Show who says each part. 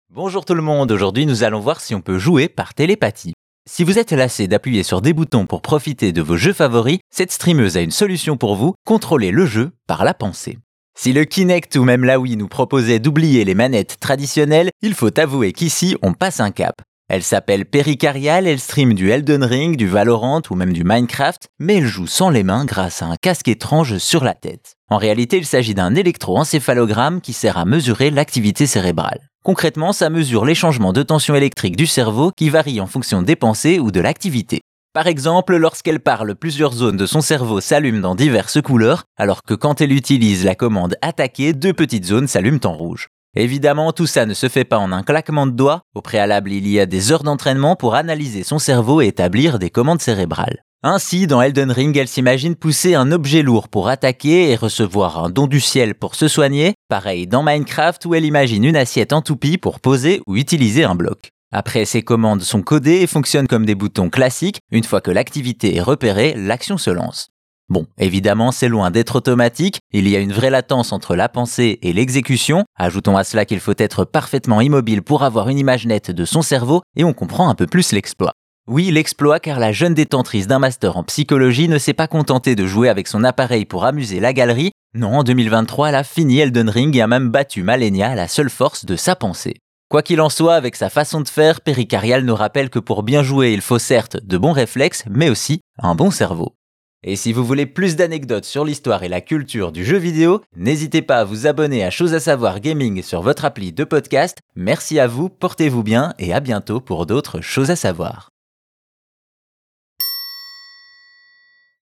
Speaker 1: Bonjour tout le monde, aujourd'hui nous allons voir si on peut jouer par télépathie. Si vous êtes lassé d'appuyer sur des boutons pour profiter de vos jeux favoris, cette streameuse a une solution pour vous, contrôler le jeu par la pensée. Si le Kinect ou même la Wii nous proposait d'oublier les manettes traditionnelles, il faut avouer qu'ici on passe un cap. Elle s'appelle Pericarial, elle stream du Elden Ring, du Valorant ou même du Minecraft, mais elle joue sans les mains grâce à un casque étrange sur la tête. En réalité, il s'agit d'un électroencéphalogramme qui sert à mesurer l'activité cérébrale. Concrètement, ça mesure les changements de tension électrique du cerveau qui varient en fonction des pensées ou de l'activité. Par exemple, lorsqu'elle parle, plusieurs zones de son cerveau s'allument dans diverses couleurs, alors que quand elle utilise la commande « Attaquer », deux petites zones s'allument en rouge. Évidemment, tout ça ne se fait pas en un claquement de doigts. Au préalable, il y a des heures d'entraînement pour analyser son cerveau et établir des commandes cérébrales. Ainsi, dans Elden Ring, elle s'imagine pousser un objet lourd pour attaquer et recevoir un don du ciel pour se soigner. Pareil dans Minecraft où elle imagine une assiette en toupie pour poser ou utiliser un bloc. Après, ces commandes sont codées et fonctionnent comme des boutons classiques. Une fois que l'activité est repérée, l'action se lance. Bon, évidemment, c'est loin d'être automatique, il y a une vraie latence entre la pensée et l'exécution. Ajoutons à cela qu'il faut être parfaitement immobile pour avoir une image nette de son cerveau et on comprend un peu plus l'exploit. Oui, l'exploit car la jeune détentrice d'un master en psychologie ne s'est pas contentée de jouer avec son appareil pour amuser la galerie. Non, en 2023, elle a fini Elden Ring et a même battu Malenia à la seule force de sa pensée. Quoi qu'il en soit, avec sa façon de faire, Pericarial nous rappelle que pour bien jouer, il faut certes de bons réflexes, mais aussi un bon cerveau. Et si vous voulez plus d'anecdotes sur l'histoire et la culture du jeu vidéo, n'hésitez pas à vous abonner à Chose à savoir Gaming sur votre appli de podcast. Merci à vous, portez-vous bien et à bientôt pour d'autres choses à savoir.